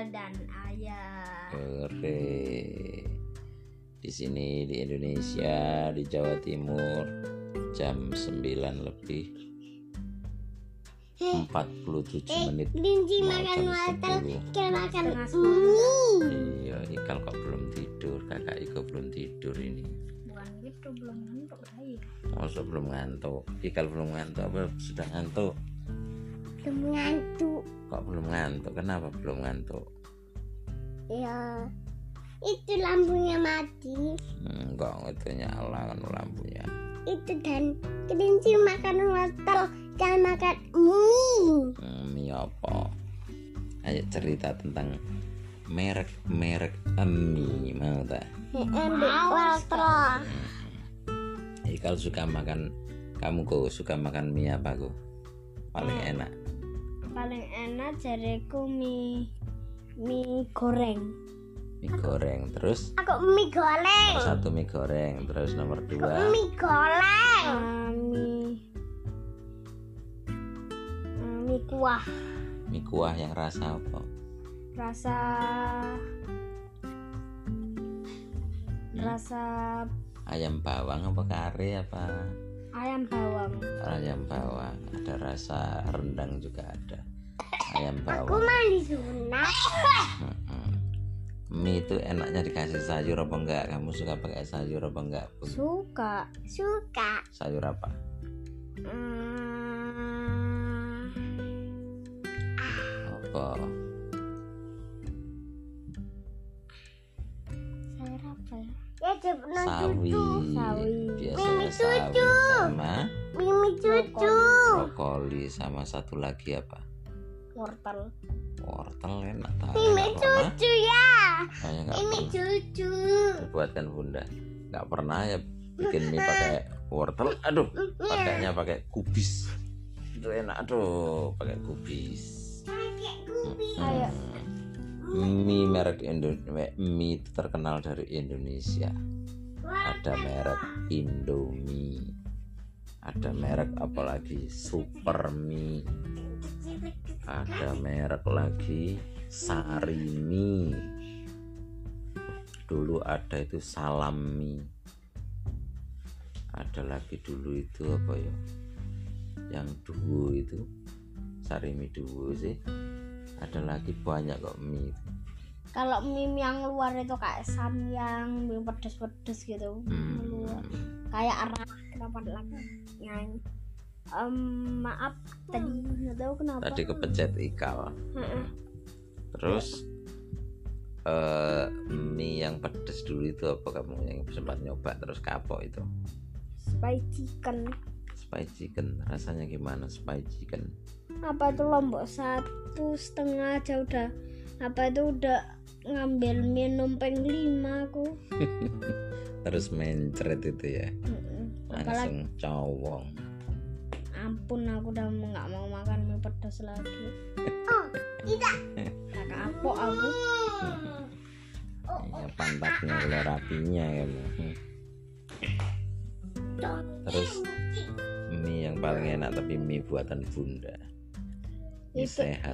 dan ayah. Kere. Di sini di Indonesia, di Jawa Timur, jam 9 lebih 47 menit. Kelinci mau makan jam wortel, 10. Ikal makan Setengah mie. Iya, Ikal kok belum tidur, kakak Iko belum tidur ini. Bukan gitu, belum ngantuk saya. Masa belum ngantuk? Ikal belum ngantuk apa sudah ngantuk? Belum ngantuk. Kok belum ngantuk? Kenapa belum ngantuk? Ya, itu lampunya mati. Enggak, itu nyala kan lampunya. Itu dan kelinci makan wortel, Ikal makan mie. Mie apa? Ayo cerita tentang merek mie, mau tak? Ambil wortel. Ikal suka makan, kamu kok suka makan mie apa kok? Paling enak. Paling enak jariku mie goreng. Mie goreng, terus Aku mie goreng. satu mie goreng, terus nomor 2 Mie goreng. Mie kuah. mie kuah yang rasa apa? Rasa Ayam bawang apa kari apa? ayam bawang. Ayam bawang, ada rasa rendang juga ada. Ayam Aku bawang. mandi sunat. Mie itu enaknya dikasih sayur apa enggak? Kamu suka pakai sayur apa enggak? Bu? Suka. Sayur apa? Apa? Sayur apa ya? Ya cepet Sawi. Sawi. Biasanya Mie sawi cucu. sama mie cucu. brokoli sama satu lagi apa? Wortel. Wortel enak tak? Mie Nggak pernah? cucu ya. Kayaknya nggak Mie pernah. cucu. Buatkan bunda. Nggak pernah ya bikin mie pakai wortel. Aduh, pakainya pakai kubis. Itu enak, aduh, pakai kubis. Ayo. Mie merek Indonesia, mie itu terkenal dari Indonesia. Ada merek Indomie, ada merek apalagi Super Mie, ada merek lagi Sari Mie, dulu ada itu Salam Mie, ada lagi dulu itu apa ya, yang duo itu Sari Mie duo sih. Ada lagi banyak kok mie itu. Kalau mie yang luar itu kayak samyang, mie pedes-pedes gitu. Luar. Kayak arah kenapa lagi nyanyi. Maaf tadi nggak tahu kenapa. Tadi kepencet Ikal. Terus mie yang pedes dulu itu apa kamu yang sempat nyoba terus kapok itu? Spicy chicken. Spicy chicken, rasanya gimana spicy chicken? Apa itu lombok 1,5 aja udah, apa itu udah ngambil mie numpeng 5 aku. Terus mencret itu ya, Apalagi langsung cowong. ampun, aku udah nggak mau makan mie pedas lagi. Oh, tidak. Tak kapok aku. Ya pantatnya udah rapinya kamu. Terus mie yang paling enak tapi mie buatan bunda. Mie Itu sehat.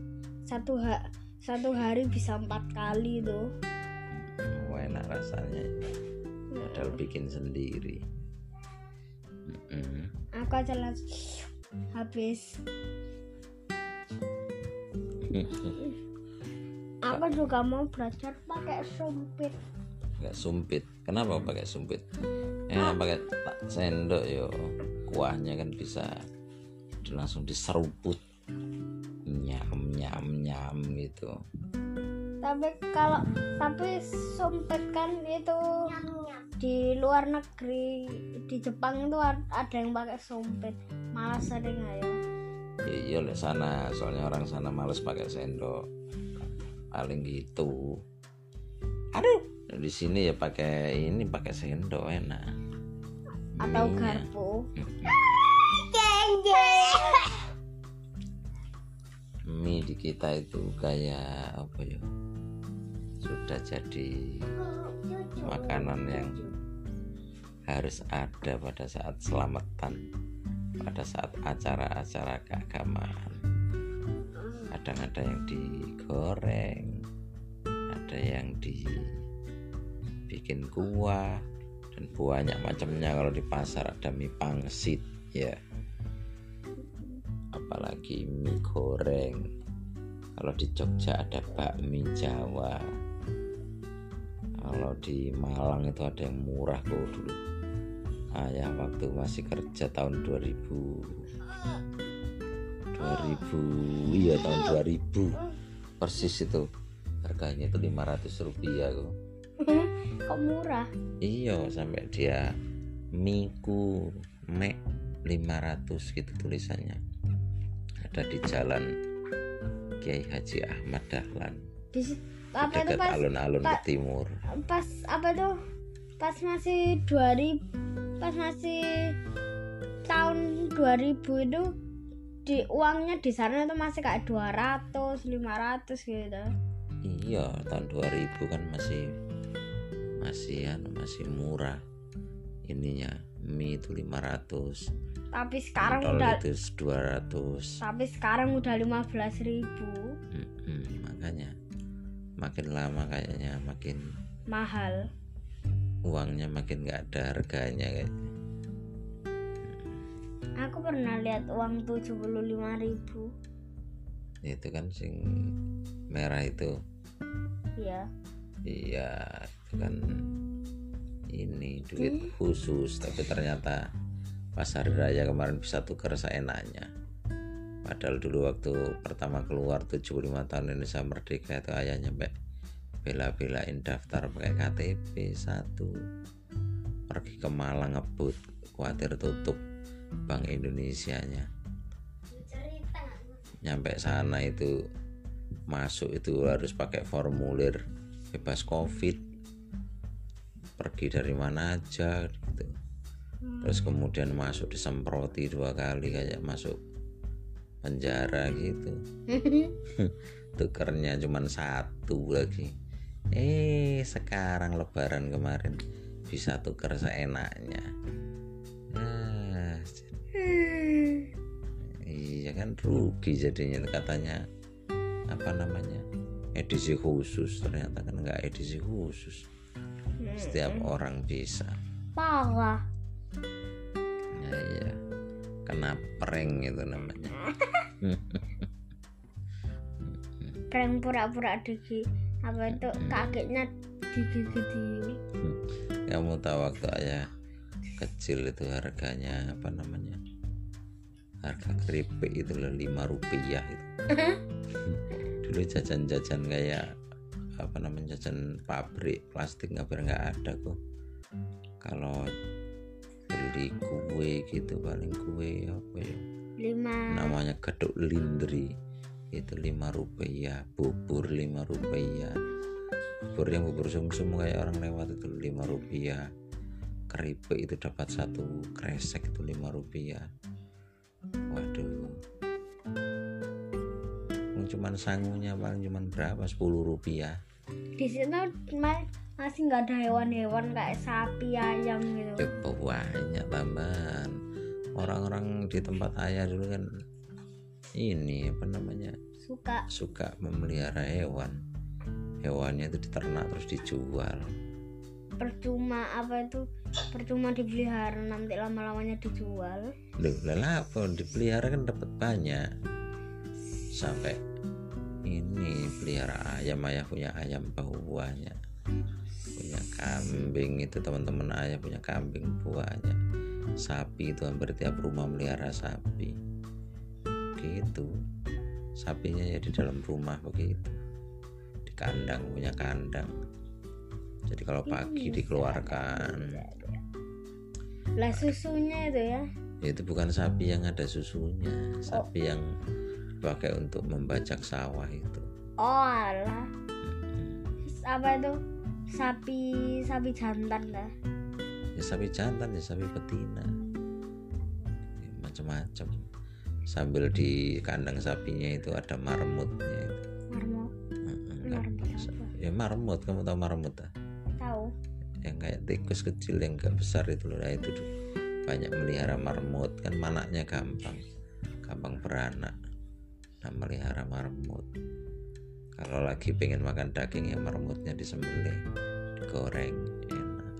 satu hari bisa 4 kali tuh. Enak rasanya. Padahal bikin sendiri. Aku aja habis. Aku juga mau belajar pakai sumpit. Nggak sumpit. Kenapa pakai sumpit? Pakai sendok yo. Kuahnya kan bisa langsung diseruput. Nyam gitu. Tapi sumpit kan itu di luar negeri, di Jepang itu ada yang pakai sumpit, malah sering ayo. Iya lah sana, soalnya orang sana males pakai sendok, paling gitu. Aduh, di sini ya pakai sendok enak. Atau Mie-nya. garpu. Mie di kita itu kayak apa ya? Sudah jadi makanan yang harus ada pada saat selamatan, pada saat acara-acara keagamaan. Kadang ada yang digoreng, dibikin kuah, dan banyak macamnya. Kalau di pasar ada mie pangsit ya, apalagi mie goreng. Kalau di Jogja ada bakmi Jawa. Kalau di Malang itu ada yang murah kok dulu. Ayah waktu masih kerja tahun 2000 iya tahun 2000 persis itu, harganya itu 500 rupiah kok. Kok murah? Iya, sampai dia miku mek 500 gitu tulisannya. Ada di jalan Kiai Haji Ahmad Dahlan, Di di apa itu dekat alun-alun ke timur. pas apa tuh pas masih tahun 2000 itu di uangnya di sana itu masih kayak 200 500 gitu. Iya, tahun 2000 kan masih murah ininya. Mie itu 500, Tapi sekarang tol udah itu 200. tapi sekarang udah 15.000. Makanya makin lama kayaknya makin Mahal. uangnya makin nggak ada harganya kayak. Aku pernah lihat uang 75.000. Itu kan sing merah itu. Iya. Iya, itu kan ini duit khusus, tapi ternyata pas hari raya kemarin bisa tuker seenaknya. Padahal dulu waktu pertama keluar 75 tahun Indonesia Merdeka itu ayahnya bela-belain daftar pakai KTP 1, pergi ke Malang ngebut, khawatir tutup Bank Indonesianya. Nyampe sana itu masuk itu harus pakai formulir bebas COVID, pergi dari mana aja gitu. Terus kemudian masuk disemproti 2 kali kayak masuk penjara gitu. Tukernya cuma 1 lagi. Sekarang lebaran kemarin bisa tuker seenaknya. Iya kan rugi jadinya, katanya apa namanya, edisi khusus, ternyata kan nggak edisi khusus, setiap orang bisa. Parah. Ya iya, kena prank itu namanya. Prank pura-pura apa itu kakinya digigit. Kamu tahu waktu ayah kecil itu harganya apa namanya, harga keripik itu 5 rupiah itu. Dulu jajan-jajan kayak apa namanya, jajan pabrik plastik hampir nggak ada kok. Kalau beli kue gitu paling kue apa ya, 5. namanya geduk lindri itu 5 rupiah, bubur 5 rupiah, buburnya bubur sumsum kayak orang lewat itu 5 rupiah, keripik itu dapat 1 kresek itu 5 rupiah. Waduh, cuman sangunya paling cuman berapa, 10 rupiah. Di situ masih nggak ada hewan-hewan kayak sapi, ayam gitu. Banyak tambahan. Orang-orang di tempat ayah dulu kan ini apa namanya, suka memelihara hewan. Hewannya itu diternak terus dijual. Percuma dipelihara, nanti lama-lamanya dijual. Loh, lah apa dipelihara kan dapat banyak. Sampai ini pelihara ayam, ayah punya ayam banyak, punya kambing itu teman-teman ayah punya kambing banyak, sapi itu hampir tiap rumah melihara sapi gitu. Sapinya ya di dalam rumah begitu, di kandang, punya kandang. Jadi kalau pagi dikeluarkan. Lah susunya itu ya, Itu bukan sapi yang ada susunya, sapi yang pakai untuk membajak sawah itu. Oh alah. Apa itu sapi jantan lah. Ya sapi jantan, ya sapi betina, ya, macam-macam. Sambil di kandang sapinya itu ada marmutnya itu. Marmut. Ya marmut, kamu tahu marmut tak? Tahu. Yang kayak tikus kecil yang gak besar itu loh. Nah, itu banyak melihara marmut kan, manaknya gampang beranak. Nah, melihara marmut Kalau lagi pengen makan daging ya marmutnya disembelih, digoreng, enak.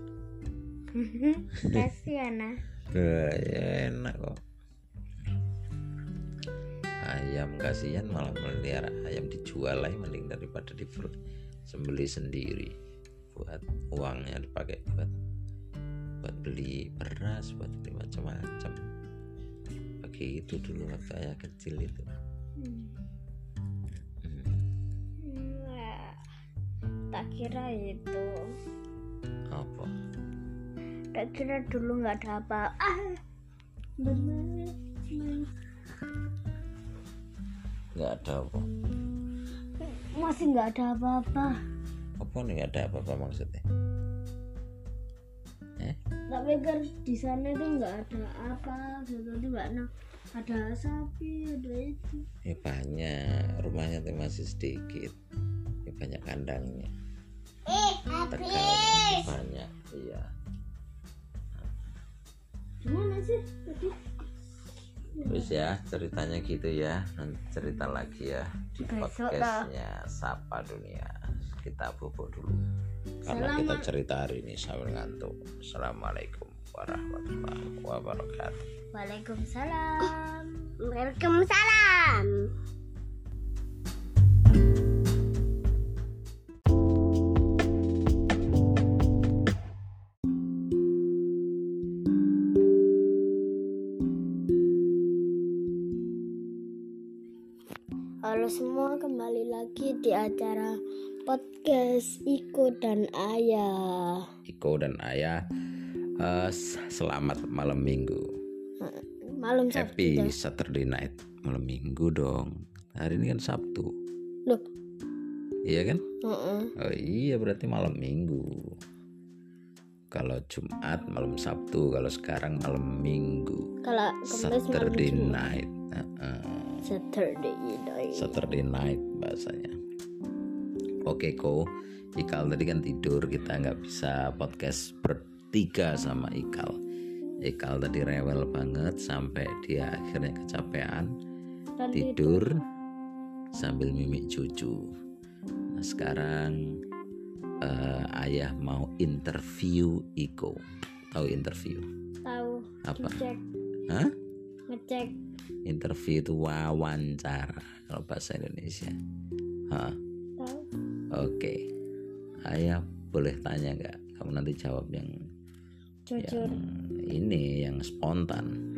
Kasihan ah. Ya, enak kok. Ayam kasihan malah melihara ayam dijual aja mending daripada disembelih sendiri. Buat uangnya dipakai buat beli beras, buat beli macam-macam. Begitu dulu waktu ayah kecil itu. Tak kira itu. Apa? Tak kira dulu nggak ada apa. Bener. Nggak ada apa? Masih nggak ada apa-apa. Apa nih nggak ada apa-apa maksudnya? Tak pikir di sana tuh nggak ada apa. Seperti ada sapi, ada itu. Ya banyak, rumahnya tuh masih sedikit. Ya banyak kandangnya. Tegalnya banyak, iya. Gimana sih tadi? Terus ya ceritanya gitu ya. Nanti cerita lagi ya di Besok podcastnya Sapa Dunia. Kita bubuk dulu karena kita cerita hari ini sambil ngantuk. Assalamualaikum warahmatullahi wabarakatuh. Waalaikumsalam. Waalaikumsalam. Halo semua, kembali lagi di acara podcast Iko dan Ayah. Iko dan Ayah, selamat malam minggu. Malam Happy Sabtu. Saturday night. Malam minggu dong. Hari ini kan Sabtu. Loh, Iya kan? heeh. Oh iya berarti malam minggu. Kalau Jumat malam Sabtu, kalau sekarang malam minggu. Kalau kemarin Saturday malam night. Saturday night. Saturday night bahasanya. Oke Ko, Ikal tadi kan tidur, kita nggak bisa podcast bertiga sama Ikal. Ikal tadi rewel banget sampai dia akhirnya kecapean Dan tidur sambil mimik cucu. Nah sekarang ayah mau interview Iko. Tahu interview? tahu Apa? cek Hah? ngecek Interview itu wawancara kalau bahasa Indonesia. Hah? tahu. Oke. Ayah boleh tanya nggak? Kamu nanti jawab yang Jujur. yang spontan.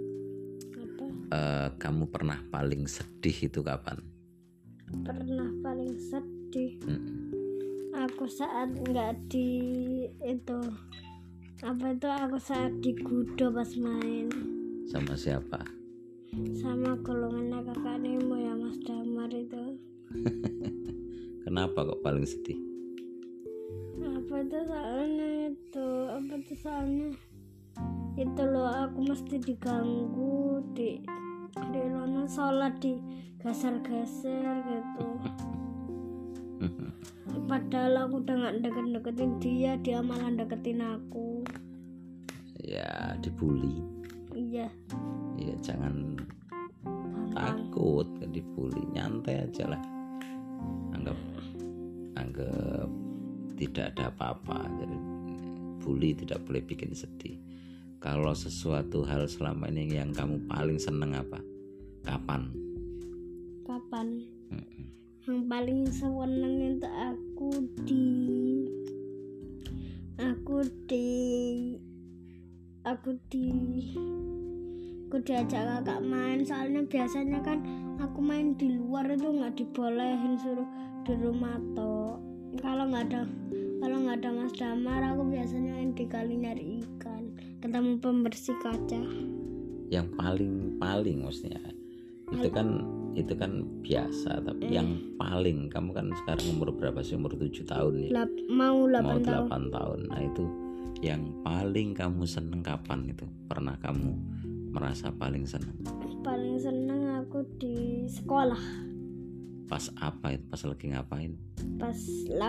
Apa? Kamu pernah paling sedih itu kapan? Pernah paling sedih. Mm-mm. Aku saat nggak di itu apa itu aku saat di Gudo pas main Sama siapa? sama golongan kakak Nemo ya Mas Damar itu. Kenapa kok paling sedih? Apa itu soalnya itu loh, aku mesti diganggu di Rono sholat di geser-geser gitu. Padahal aku udah nggak deket-deketin dia malah deketin aku. Ya dibully. Iya, Ya jangan gampang. takut dibully, nyantai aja lah. Anggap tidak ada apa-apa. Jadi bully tidak boleh bikin sedih. Kalau sesuatu hal selama ini yang kamu paling seneng apa? Kapan? Yang paling seneng itu aku diajak kakak main, soalnya biasanya kan aku main di luar itu nggak dibolehin, suruh di rumah toh. Kalau nggak ada Mas Damar, aku biasanya main di kali nyari ikan, ketemu pembersih kaca. Yang paling maksudnya itu kan biasa, tapi yang paling, kamu kan sekarang umur berapa sih? Umur 7 tahun ya? Mau Mau 8 tahun. 8 tahun. Nah itu yang paling kamu seneng kapan itu? Pernah kamu merasa paling seneng? Paling seneng aku di sekolah, Pas apa itu? Pas lagi ngapain? pas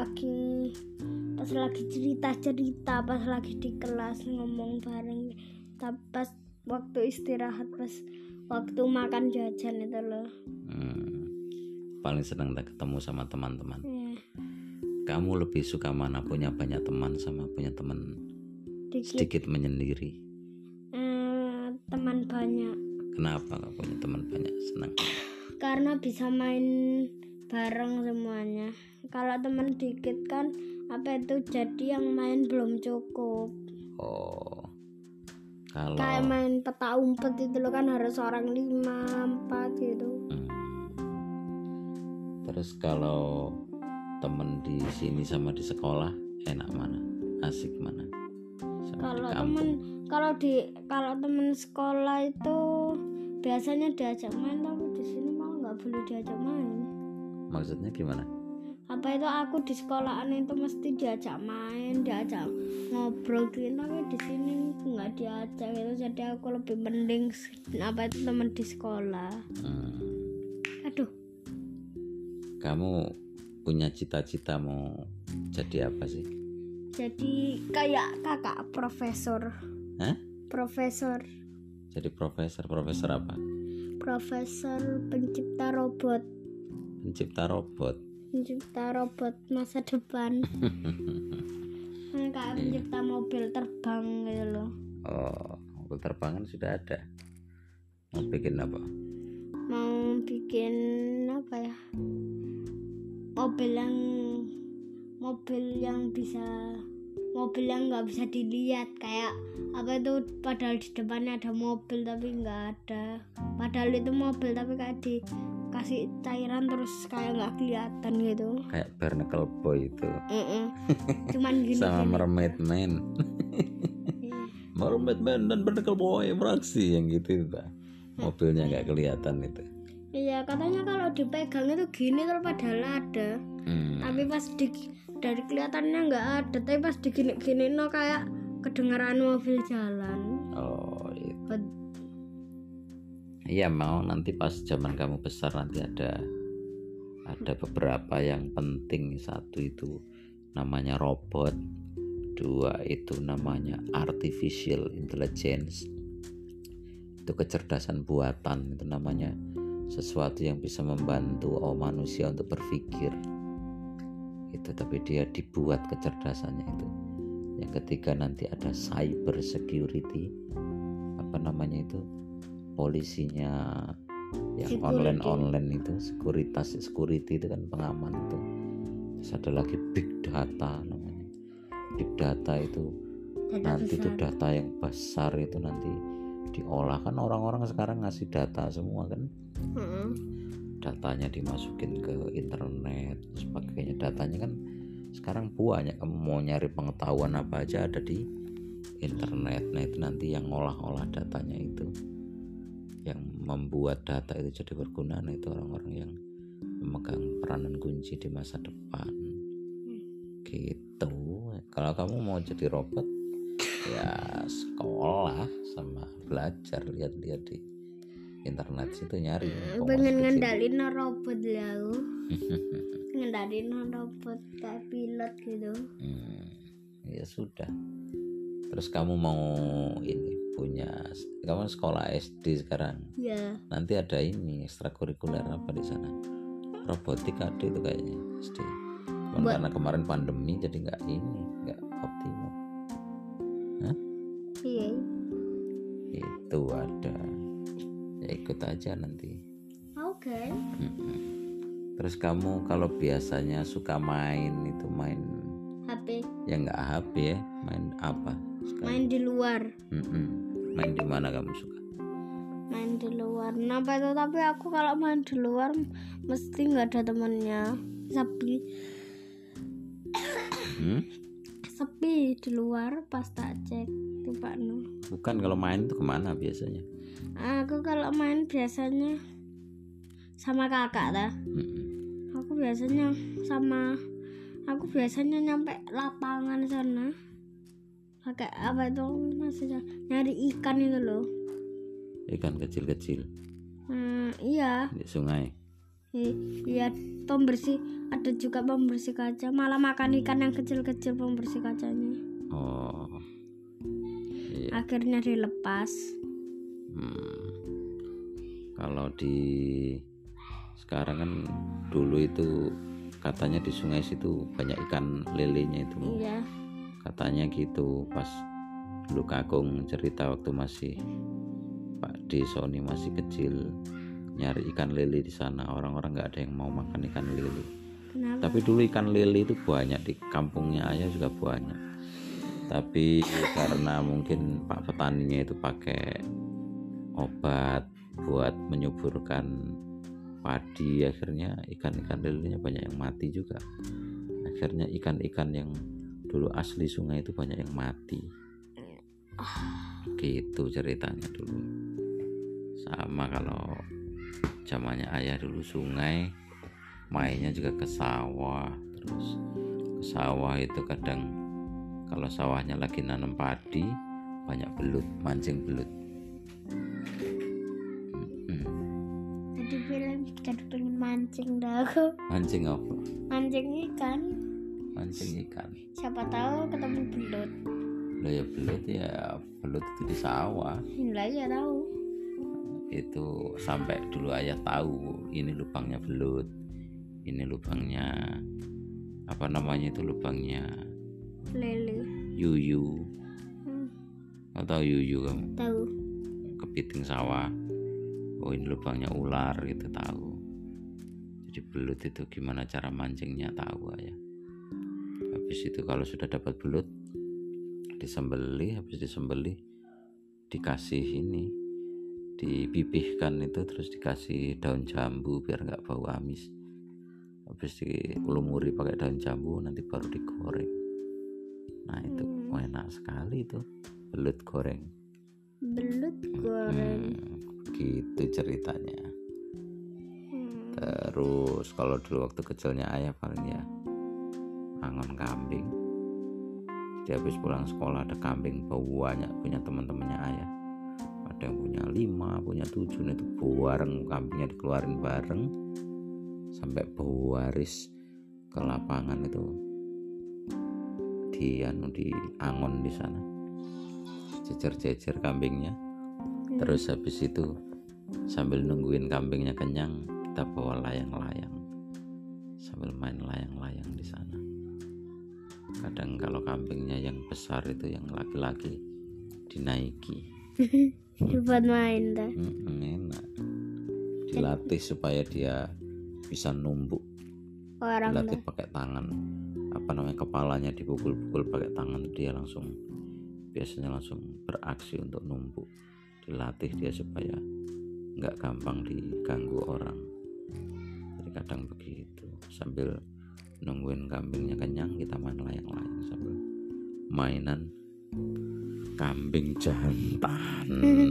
lagi cerita, pas lagi di kelas ngomong bareng, pas waktu istirahat, pas waktu makan jajan itu loh. paling senang ketemu sama teman-teman. Iya. Kamu lebih suka mana, punya banyak teman sama punya teman sedikit menyendiri? Teman banyak. Kenapa kau punya teman banyak senang? Karena bisa main bareng semuanya. Kalau teman dikit kan apa itu jadi yang main belum cukup. Oh, kalau Kayak main peta umpet itu loh kan harus orang 5, 4 gitu. Terus kalau temen di sini sama di sekolah enak mana? Asik mana? Sama di kampung? Kalau temen sekolah itu biasanya diajak main, tapi di sini malah nggak boleh diajak main. Maksudnya gimana? Apa itu aku di sekolahan itu mesti diajak main, diajak ngobrol gitu, tapi di sini nggak diajak gitu. Jadi aku lebih mending apa itu teman di sekolah. Aduh, Kamu punya cita-cita mau jadi apa sih? jadi kayak kakak profesor. Hah? Profesor Jadi profesor apa? Profesor pencipta robot. Pencipta robot masa depan. Kayak pencipta mobil terbang gitu loh. Oh, mobil terbangan sudah ada. Mau bikin apa? Mau bikin apa ya? Mobil yang nggak bisa dilihat, kayak apa itu, padahal di depannya ada mobil tapi nggak ada, padahal itu mobil tapi kayak dikasih cairan terus kayak nggak kelihatan gitu. Kayak Barnacle Boy itu. Cuman gini Sama Mermaid Man. Iya. Mermaid Man dan Barnacle Boy beraksi yang gitu itu. Mobilnya nggak kelihatan itu. Iya, katanya kalau dipegang itu gini terus padahal ada. Tapi pas dari kelihatannya nggak ada, tapi pas digini-gini no kayak kedengaran mobil jalan. Oh itu. Iya, mau nanti pas zaman kamu besar nanti ada beberapa yang penting. Satu itu namanya robot, dua itu namanya artificial intelligence, itu kecerdasan buatan, itu namanya sesuatu yang bisa membantu manusia untuk berpikir itu, tapi dia dibuat kecerdasannya itu. Yang ketiga nanti ada cyber security, apa namanya itu, polisinya yang online itu, security itu kan pengaman itu. Terus ada lagi big data namanya. Big data itu nanti itu data yang besar itu nanti diolah, kan orang-orang sekarang ngasih data semua kan. Datanya dimasukin ke internet sebagainya. Datanya kan sekarang banyak, kamu mau nyari pengetahuan apa aja ada di internet. Nah itu nanti yang ngolah-olah datanya itu, yang membuat data itu jadi berguna. Nah itu orang-orang yang memegang peranan kunci di masa depan gitu. Kalau kamu mau jadi robot ya sekolah sama belajar, lihat-lihat di internet situ nyari. Pengen ngendalin robot lah aku. Ngendalin robot kayak pilot gitu. Ya sudah. Terus kamu mau kamu sekolah SD sekarang? Ya. Nanti ada ini ekstrakurikuler apa di sana? Robotik ada itu kayaknya SD. Karena kemarin pandemi jadi nggak optimum. Hah? Iya. Itu ada. Ya ikut aja nanti. Oke. Terus kamu kalau biasanya suka main HP. Ya nggak HP ya, main apa sekarang? Main di luar. Main di mana kamu suka? Main di luar. Kenapa itu? Tapi aku kalau main di luar mesti nggak ada temennya. Sepi di luar pas tak cek di Pak Nur. Bukan, kalau main itu kemana biasanya? Aku kalau main biasanya sama kakak dah. Aku biasanya nyampe lapangan sana. Pakai apa itu maksudnya? Nyari ikan itu loh. Ikan kecil-kecil. Iya. Di sungai. Iya, pembersih, ada juga pembersih kaca. Malah makan ikan yang kecil-kecil pembersih kacanya. Oh. Iya. Akhirnya dilepas. Kalau di Sekarang kan dulu itu katanya di sungai situ banyak ikan lelenya itu. Iya. Katanya gitu pas dulu Kakung cerita waktu masih Pak D Sony masih kecil, nyari ikan lele di sana, orang-orang nggak ada yang mau makan ikan lele. Kenapa? Tapi dulu ikan lele itu banyak di kampungnya Ayah juga banyak. Tapi karena mungkin Pak petaninya itu pakai obat buat menyuburkan padi, akhirnya ikan-ikan lelenya banyak yang mati juga. Akhirnya ikan-ikan yang dulu asli sungai itu banyak yang mati. Gitu ceritanya dulu. Sama kalau zamannya Ayah dulu sungai, mainnya juga ke sawah. Terus ke sawah itu kadang kalau sawahnya lagi nanam padi, banyak belut, mancing belut. Jadi pengen mancing dah aku. Mancing apa? Mancing ikan. Mancing ikan. Siapa tahu ketemu belut. Loh ya belut itu di sawah. Lah ya tahu. Itu sampai dulu Ayah tahu ini lubangnya belut, ini lubangnya apa namanya itu, lubangnya Lele. yuyu. Atau yuyu kamu? Tahu. Kepiting sawah. Oh ini lubangnya ular gitu tahu. Jadi belut itu gimana cara mancingnya tahu Ayah. Habis itu kalau sudah dapat belut disembelih, habis disembelih dikasih ini, dipipihkan itu, terus dikasih daun jambu biar nggak bau amis. Habis dilumuri pakai daun jambu, nanti baru digoreng. Nah itu enak sekali itu belut goreng. Belut goreng. Gitu ceritanya. Terus kalau dulu waktu kecilnya Ayah paling ya angon kambing. Jadi habis pulang sekolah ada kambing banyak punya teman-temannya Ayah. Ada yang punya 5, punya 7, itu bareng kambingnya dikeluarin bareng sampai baris ke lapangan itu di angon di sana, jejer-jejer kambingnya. Terus habis itu sambil nungguin kambingnya kenyang, kita bawa layang-layang sambil main layang-layang di sana. Kadang kalau kambingnya yang besar itu yang laki-laki dinaiki. Buat main dah. Enak. Dilatih supaya dia bisa numbuk. Orang Dilatih dah. pakai tangan. Apa namanya, kepalanya dipukul-pukul pakai tangan, dia biasanya langsung beraksi untuk numbuk. Dilatih dia supaya nggak gampang diganggu orang. Jadi kadang begitu, sambil nungguin kambingnya kenyang kita main layang-layang sambil mainan kambing jantan.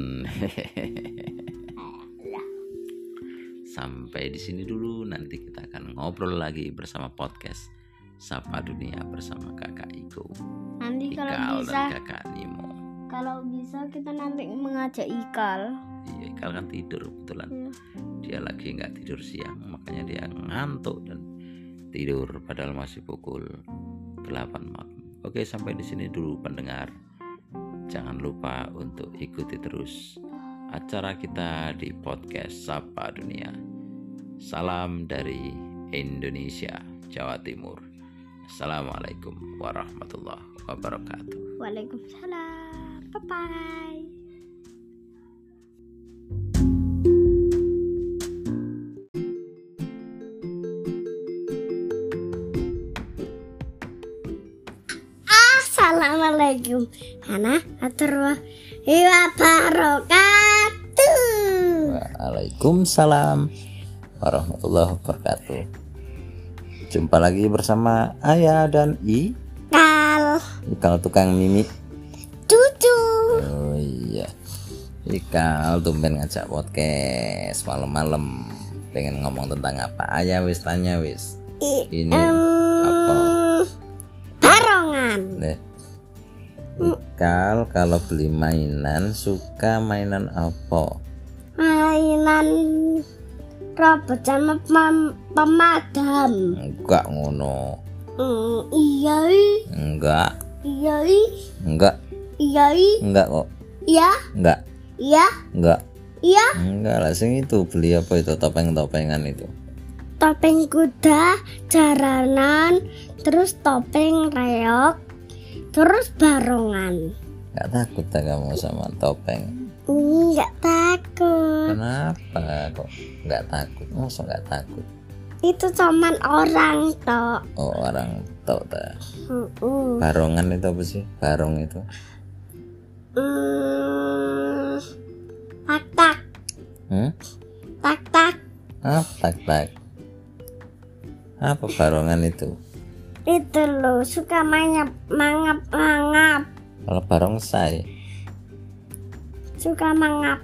Sampai di sini dulu, nanti kita akan ngobrol lagi bersama podcast Sapa Dunia bersama Kakak Iko, Nanti kalau Ikal bisa, dan Kakak Nimo. kalau bisa kita nanti mengajak Ikal. Iya, Ikal kan tidur kebetulan. Iya. Dia lagi nggak tidur siang, makanya dia ngantuk dan tidur padahal masih pukul 8 malam. Oke, sampai di sini dulu pendengar. Jangan lupa untuk ikuti terus acara kita di podcast Sapa Dunia. Salam dari Indonesia, Jawa Timur. Assalamualaikum warahmatullahi wabarakatuh. Waalaikumsalam. Bye-bye. Assalamualaikum warahmatullahi wabarakatuh. Waalaikumsalam warahmatullahi wabarakatuh. Jumpa lagi bersama Ayah dan Ikal tukang mimi Cucu. Oh iya, Ikal tumben ngajak podcast malam-malam. Pengen ngomong tentang apa? Ayah wis tanya wis. Ini apa? Barongan. Nih, Ikal kalau beli mainan suka mainan apa? Mainan robot sama pemadam. Enggak ngono. Iya. Enggak. Iya. Enggak. Iya. Enggak kok. Iya. Enggak. Iya. Enggak. Iya, Enggak lah, sing itu beli apa itu topeng-topengan itu. topeng kuda, jaranan, terus topeng reok, terus barongan. Enggak takut tak kamu sama topeng? Nggak takut. Kenapa kok enggak takut? Masa enggak takut? Itu cuman orang tok. Oh, orang tok ta. Mm-mm. Barongan itu apa sih? Barong itu. Tak tak Hmm? tak tak. Tak. Apa barongan itu? Itu loh suka mangap. Kalau barongsai. Suka mangap.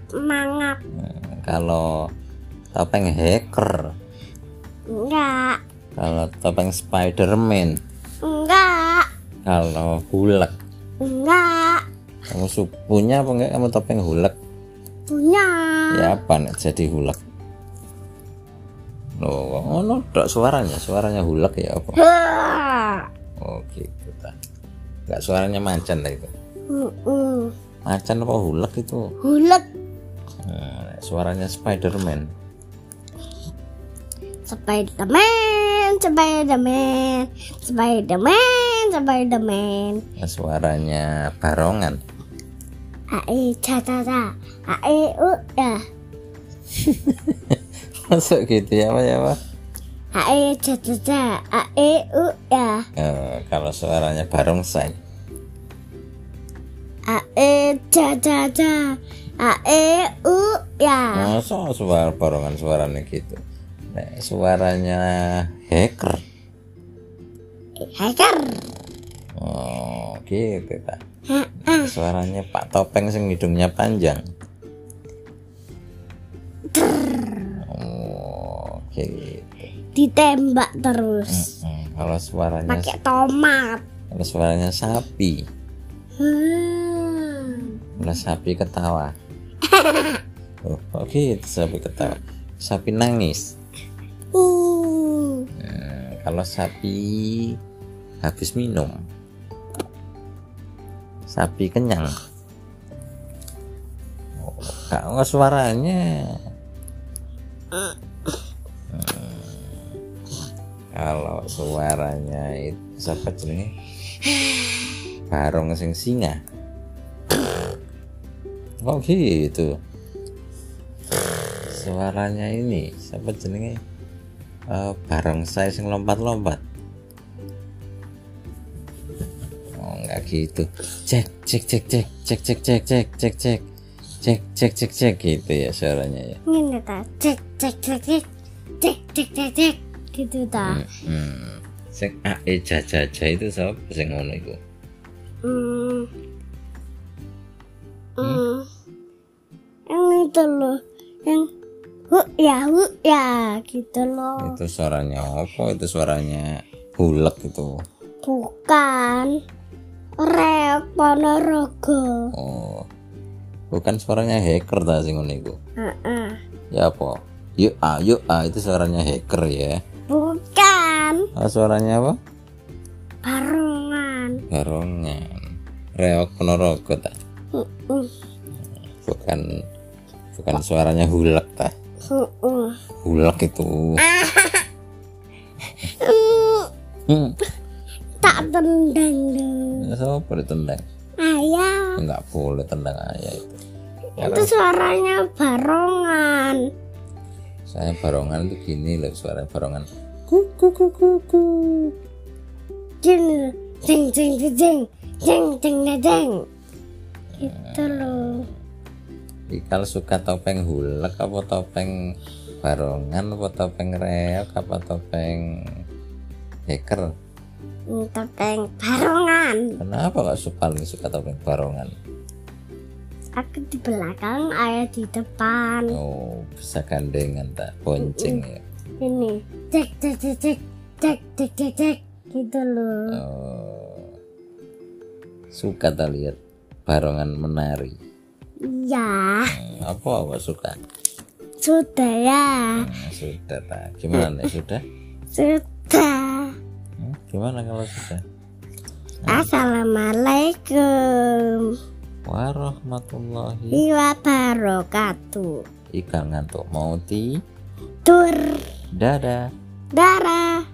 Kalau topeng hacker. Enggak. Kalau topeng Spiderman. Enggak. Kalau hulek. Enggak. Kamu punya apa enggak kamu topeng hulek? Punya. Ya apa nek jadi hulek? Loh, ngono tok suaranya hulek ya apa? Hah. Oh gitu ta. Enggak suaranya macan lah itu. Macan apa hulek itu? Hulek. Suaranya Spiderman. Spiderman. Suaranya barongan. Ae ca. Ae ya. Masuk gitu ya Pak? Ae ca. Ae ya. Kalau suaranya barongsai. Ae ca. Ae ya. Masa suara barongan suaranya gitu. Nek suaranya hacker. Hacker. Oh gitu Pak. Suaranya Pak Topeng sing hidungnya panjang. Oh gitu. Ditembak terus. Kalau suaranya Pakai tomat. kalau suaranya sapi. Kalau sapi ketawa. Oh gitu sapi ketawa. Sapi nangis. Kalau sapi habis minum. Sapi kenyang. Kalau suaranya kalau suaranya itu siapa jenenge? Barong sing singa. Oh gitu. Suaranya ini siapa jenenge? Barongsai sing lompat-lompat. Oh enggak gitu. Cek gitu ya suaranya ya. Ini ta. Cek. Gitu ta. Sing ae jajaja itu sapa sing ngono iku? Yang itu loh, yang ya gitu loh. Itu suaranya apa? Itu suaranya hulek itu. Bukan Reok Ponorogo. Oh. Bukan suaranya hacker ta sing ngono iku. Ya apa? Yuk itu suaranya hacker ya. Bukan. Suaranya apa? Barongan. Reok Ponorogo ta. Bukan suaranya hulek ta. Hulek itu. Tak tendang dong. Siapa ditendang? Ayah. Enggak boleh tendang ayah itu. Itu suaranya barongan. Saya barongan itu gini loh, suara barongan. Gini. Jeng. Gitu loh. Kalau suka topeng hulek apa topeng barongan apa topeng reok apa topeng hacker? Topeng barongan. Kenapa kok paling suka topeng barongan? Aku di belakang, ayah di depan. Oh, bisa gandengan tak bonceng ya. Ini cek gitu loh. Oh, suka tak lihat barongan menari? Iya. Apa suka? Sudah ya. Sudah tak? Gimana sudah? Sudah. Gimana kalau sudah? Assalamualaikum. warahmatullahi wabarakatuh. Ika ngantuk mau Tur dadah darah.